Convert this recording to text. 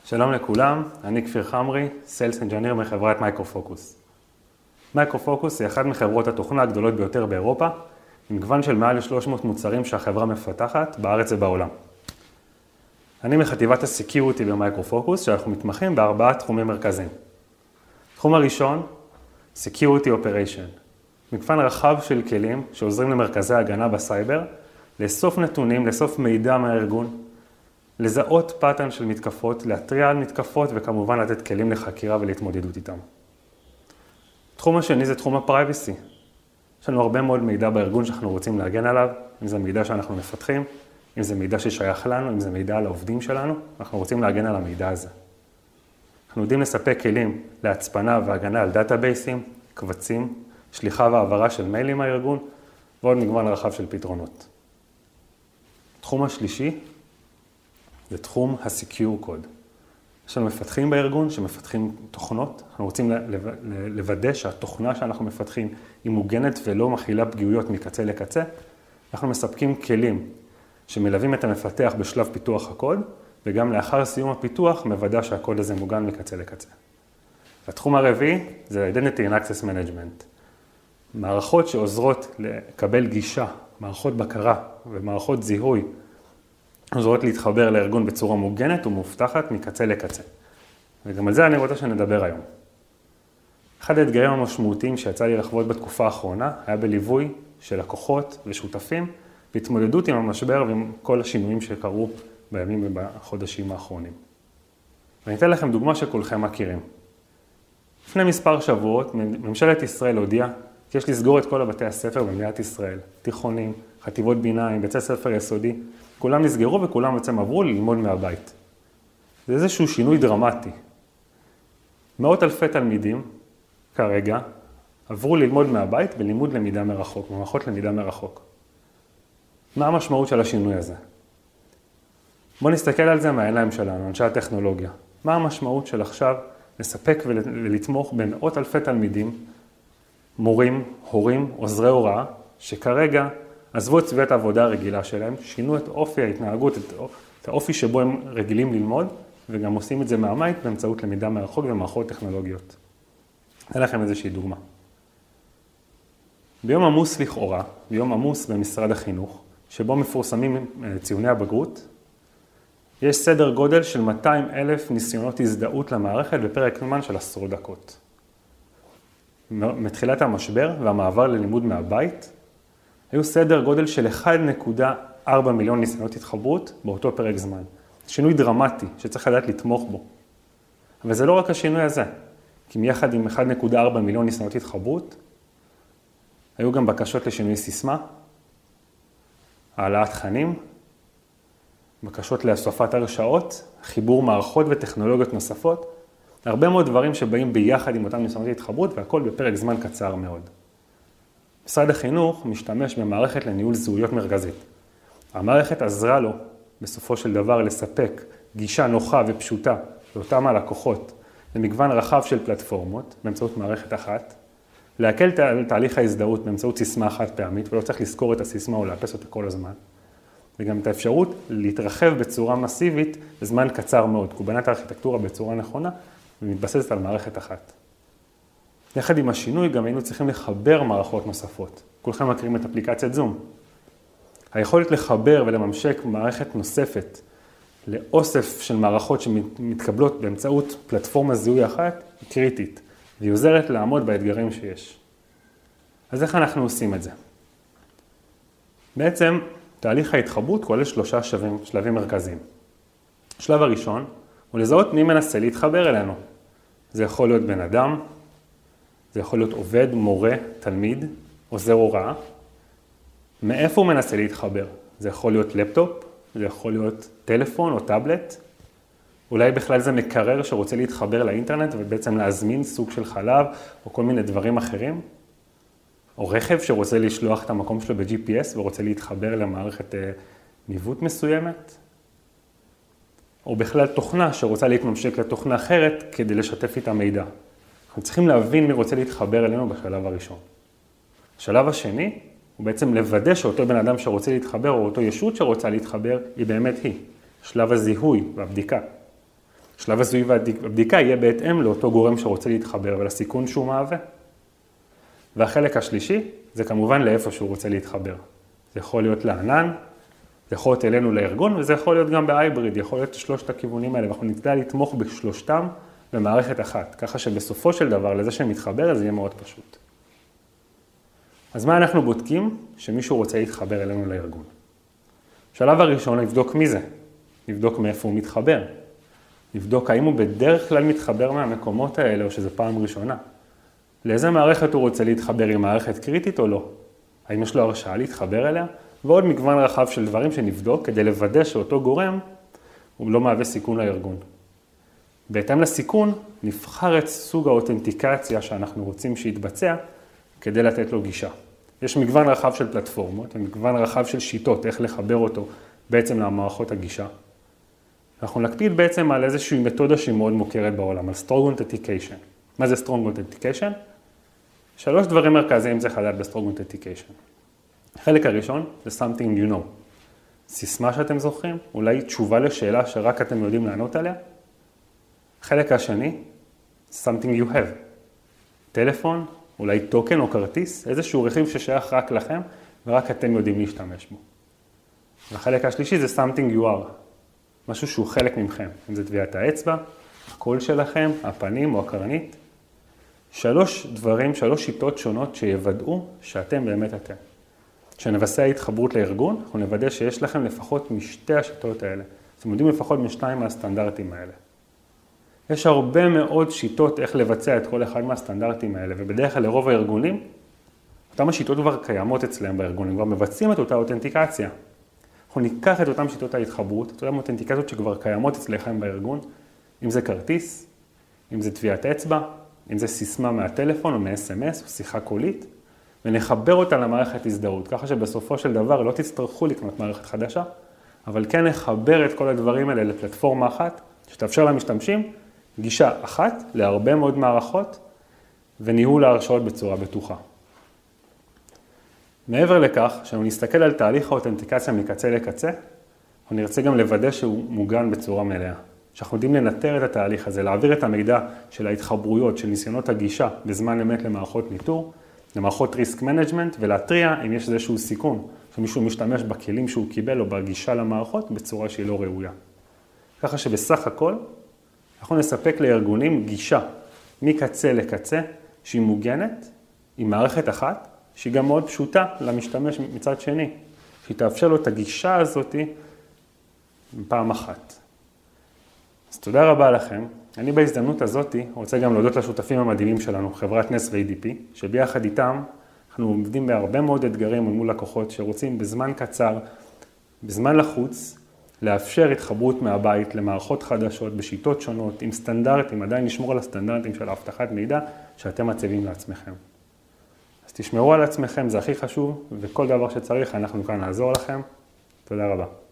שלום לכולם, אני כפיר חמרי, Sales Engineer מחברת מייקרופוקוס. מייקרופוקוס היא אחת מחברות התוכנה הגדולות ביותר באירופה, עם מגוון של מעל 300 מוצרים שהחברה מפתחת בארץ ובעולם. אני מחטיבת הסקיוריטי במייקרופוקוס, שאנחנו מתמחים בארבעה תחומים מרכזיים. תחום הראשון, Security Operation. מגוון רחב של כלים שעוזרים למרכזי ההגנה בסייבר, לאסוף נתונים, לאסוף מידע מהארגון, לזהות פאטרן של מתקפות, להתריע על מתקפות וכמובן לתת כלים לחקירה ולהתמודדות איתם. התחום השני זה תחום הפרייבסי. יש לנו הרבה מאוד מידע בארגון שאנחנו רוצים להגן עליו, אם זה מידע שאנחנו מפתחים, אם זה מידע ששייך לנו, אם זה מידע על העובדים שלנו, אנחנו רוצים להגן על המידע הזה. אנחנו יודעים לספק כלים להצפנה והגנה על דאטאבייסים, קבצים, שליחה והעברה של מיילים מהארגון, ועוד מגוון רחב של פתרונות. התחום השלישי זה תחום ה-Secure Code. יש לנו מפתחים בארגון שמפתחים תוכנות, אנחנו רוצים לוודא שהתוכנה שאנחנו מפתחים היא מוגנת ולא מכילה פגיעויות מקצה לקצה. אנחנו מספקים כלים שמלווים את המפתח בשלב פיתוח הקוד, וגם לאחר סיום הפיתוח מוודא שהקוד הזה מוגן מקצה לקצה. התחום הרביעי זה Identity and Access Management. מערכות שעוזרות לקבל גישה, מערכות בקרה ומערכות זיהוי, עוזרות להתחבר לארגון בצורה מוגנת ומובטחת מקצה לקצה. וגם על זה אני רוצה שנדבר היום. אחד האתגרים המשמעותיים שיצא לי לחוות בתקופה האחרונה היה בליווי של לקוחות ושותפים בהתמודדות עם המשבר ועם כל השינויים שקרו בימים ובחודשים האחרונים. ואני אתן לכם דוגמה שכולכם מכירים. לפני מספר שבועות ממשלת ישראל הודיעה כי יש לסגור את כל הבתי הספר במדינת ישראל, תיכונים, חטיבות ביניים, בית ספר יסודי, כולם נסגרו וכולם בעצם עברו ללמוד מהבית. זה איזשהו שינוי דרמטי. מאות אלפי תלמידים כרגע עברו ללמוד מהבית בלימוד למידה מרחוק, במערכות למידה מרחוק. מה המשמעות של השינוי הזה? בואו נסתכל על זה מהעיניים שלנו, אנשי הטכנולוגיה. מה המשמעות של עכשיו לספק ולתמוך במאות אלפי תלמידים, מורים, הורים, עוזרי הוראה, שכרגע עזבו את סביבת העבודה הרגילה שלהם, שינו את אופי ההתנהגות, את האופי שבו הם רגילים ללמוד, וגם עושים את זה מהבית באמצעות למידה מרחוק ומערכות טכנולוגיות. אתן לכם איזושהי דוגמה. ביום עמוס לכאורה, ביום עמוס במשרד החינוך, שבו מפורסמים ציוני הבגרות, יש סדר גודל של 200,000 ניסיונות הזדהות למערכת בפרק זמן של 10 דקות. מתחילת המשבר והמעבר ללימוד מהבית, היו סדר גודל של 1.4 מיליון ניסיונות התחברות באותו פרק זמן. שינוי דרמטי שצריך לדעת לתמוך בו. אבל זה לא רק השינוי הזה, כי מיחד עם 1.4 מיליון ניסיונות התחברות, היו גם בקשות לשינוי סיסמה, העלאת תכנים, בקשות להוספת הרשאות, חיבור מערכות וטכנולוגיות נוספות, הרבה מאוד דברים שבאים ביחד עם אותם ניסיונות התחברות, והכל בפרק זמן קצר מאוד. משרד החינוך משתמש במערכת לניהול זהויות מרכזית. המערכת עזרה לו בסופו של דבר לספק גישה נוחה ופשוטה לאותם הלקוחות למגוון רחב של פלטפורמות באמצעות מערכת אחת, להקל תהליך ההזדהות באמצעות סיסמה חד פעמית ולא צריך לזכור את הסיסמה או לאפס אותה כל הזמן, וגם את האפשרות להתרחב בצורה מסיבית בזמן קצר מאוד, קובנת הארכיטקטורה בצורה נכונה ומתבססת על מערכת אחת. יחד עם השינוי גם היינו צריכים לחבר מערכות נוספות. כולכם מכירים את אפליקציית זום. היכולת לחבר ולממשק מערכת נוספת לאוסף של מערכות שמתקבלות באמצעות פלטפורמה זיהוי אחת היא קריטית, והיא עוזרת לעמוד באתגרים שיש. אז איך אנחנו עושים את זה? בעצם תהליך ההתחברות כולל 3 שלבים מרכזיים. השלב הראשון הוא לזהות מי מנסה להתחבר אלינו. זה יכול להיות בן אדם, זה יכול להיות עובד, מורה, תלמיד, עוזר הוראה. מאיפה הוא מנסה להתחבר? זה יכול להיות לפטופ, זה יכול להיות טלפון או טאבלט. אולי בכלל זה מקרר שרוצה להתחבר לאינטרנט ובעצם להזמין סוג של חלב או כל מיני דברים אחרים. או רכב שרוצה לשלוח את המקום שלו ב-GPS ורוצה להתחבר למערכת ניווט מסוימת. או בכלל תוכנה שרוצה להתממשק לתוכנה אחרת כדי לשתף איתה מידע. אנחנו צריכים להבין מי רוצה להתחבר אלינו בשלב הראשון. השלב השני הוא בעצם לוודא שאותו בן אדם שרוצה להתחבר או אותו ישות שרוצה להתחבר היא באמת היא. שלב הזיהוי והבדיקה. שלב הזיהוי והבדיקה יהיה בהתאם לאותו גורם שרוצה להתחבר ולסיכון שהוא מהווה. והחלק השלישי זה כמובן לאיפה שהוא רוצה להתחבר. זה יכול להיות לענן, זה יכול להיות אלינו לארגון, וזה יכול להיות גם בהייבריד, יכול להיות שלושת הכיוונים האלה, ואנחנו נדע לתמוך בשלושתם במערכת אחת, ככה שבסופו של דבר לזה שמתחבר זה יהיה מאוד פשוט. אז מה אנחנו בודקים שמישהו רוצה להתחבר אלינו לארגון? בשלב הראשון נבדוק מי זה, נבדוק מאיפה הוא מתחבר, נבדוק האם הוא בדרך כלל מתחבר מהמקומות האלה או שזה פעם ראשונה. לאיזה מערכת הוא רוצה להתחבר, עם מערכת קריטית או לא? האם יש לו הרשאה להתחבר אליה? ועוד מגוון רחב של דברים שנבדוק כדי לוודא שאותו גורם הוא לא מהווה סיכון לארגון. בהתאם לסיכון, נבחר את סוג האותנטיקציה שאנחנו רוצים שיתבצע כדי לתת לו גישה. יש מגוון רחב של פלטפורמות, מגוון רחב של שיטות איך לחבר אותו בעצם למערכות הגישה. אנחנו נקפיד בעצם על איזושהי מתודה שהיא מאוד מוכרת בעולם, על Strong Authentication. מה זה Strong Authentication? 3 דברים מרכזיים צריך לדעת ב-Strong Authentication. החלק הראשון זה something you know. סיסמה שאתם זוכרים, אולי תשובה לשאלה שרק אתם יודעים לענות עליה. החלק השני, something you have. טלפון, אולי טוקן או כרטיס, איזשהו רכיב ששייך רק לכם ורק אתם יודעים להשתמש בו. והחלק השלישי זה something you are. משהו שהוא חלק ממכם. אם זה טביעת האצבע, הקול שלכם, הפנים או הקרנית. 3 שיטות שונות שיוודאו שאתם באמת אתם. כשנבצע התחברות לארגון, אנחנו נוודא שיש לכם לפחות משתי השיטות האלה. אתם יודעים לפחות משניים מהסטנדרטים האלה. יש הרבה מאוד שיטות איך לבצע את כל אחד מהסטנדרטים האלה, ובדרך כלל לרוב הארגונים, אותם השיטות כבר קיימות אצלם בארגונים, כבר מבצעים את אותה אותנטיקציה. אנחנו ניקח את אותם שיטות ההתחברות, את אותם אותנטיקציות שכבר קיימות אצלכם בארגון, אם זה כרטיס, אם זה טביעת אצבע, אם זה סיסמה מהטלפון או מ-SMS או שיחה קולית, ונחבר אותה למערכת הזדהות, ככה שבסופו של דבר לא תצטרכו לקנות מערכת חדשה, אבל כן נחבר את כל הדברים האלה לפלטפורמה אחת, שתאפשר למשתמשים גישה אחת להרבה מאוד מערכות, וניהול ההרשאות בצורה בטוחה. מעבר לכך, כשאנחנו נסתכל על תהליך האותנטיקציה מקצה לקצה, אנחנו נרצה גם לוודא שהוא מוגן בצורה מלאה. שאנחנו יודעים לנטר את התהליך הזה, להעביר את המידע של ההתחברויות, של ניסיונות הגישה בזמן אמת למערכות ניטור, למערכות ריסק מנג'מנט, ולהתריע אם יש איזשהו סיכון, שמישהו משתמש בכלים שהוא קיבל או בגישה למערכות בצורה שהיא לא ראויה. ככה שבסך הכל, אנחנו נספק לארגונים גישה מקצה לקצה, שהיא מוגנת, עם מערכת אחת, שהיא גם מאוד פשוטה למשתמש מצד שני, שהיא תאפשר לו את הגישה הזאת פעם אחת. אז תודה רבה לכם. אני בהזדמנות הזאת רוצה גם להודות לשותפים המדהימים שלנו, חברת נס ו-ADP, שביחד איתם אנחנו עובדים בהרבה מאוד אתגרים מול לקוחות שרוצים בזמן קצר, בזמן לחוץ, לאפשר התחברות מהבית למערכות חדשות בשיטות שונות, עם סטנדרטים, עדיין נשמור על הסטנדרטים של הבטחת מידע שאתם מציבים לעצמכם. אז תשמרו על עצמכם, זה הכי חשוב, וכל דבר שצריך אנחנו כאן לעזור לכם. תודה רבה.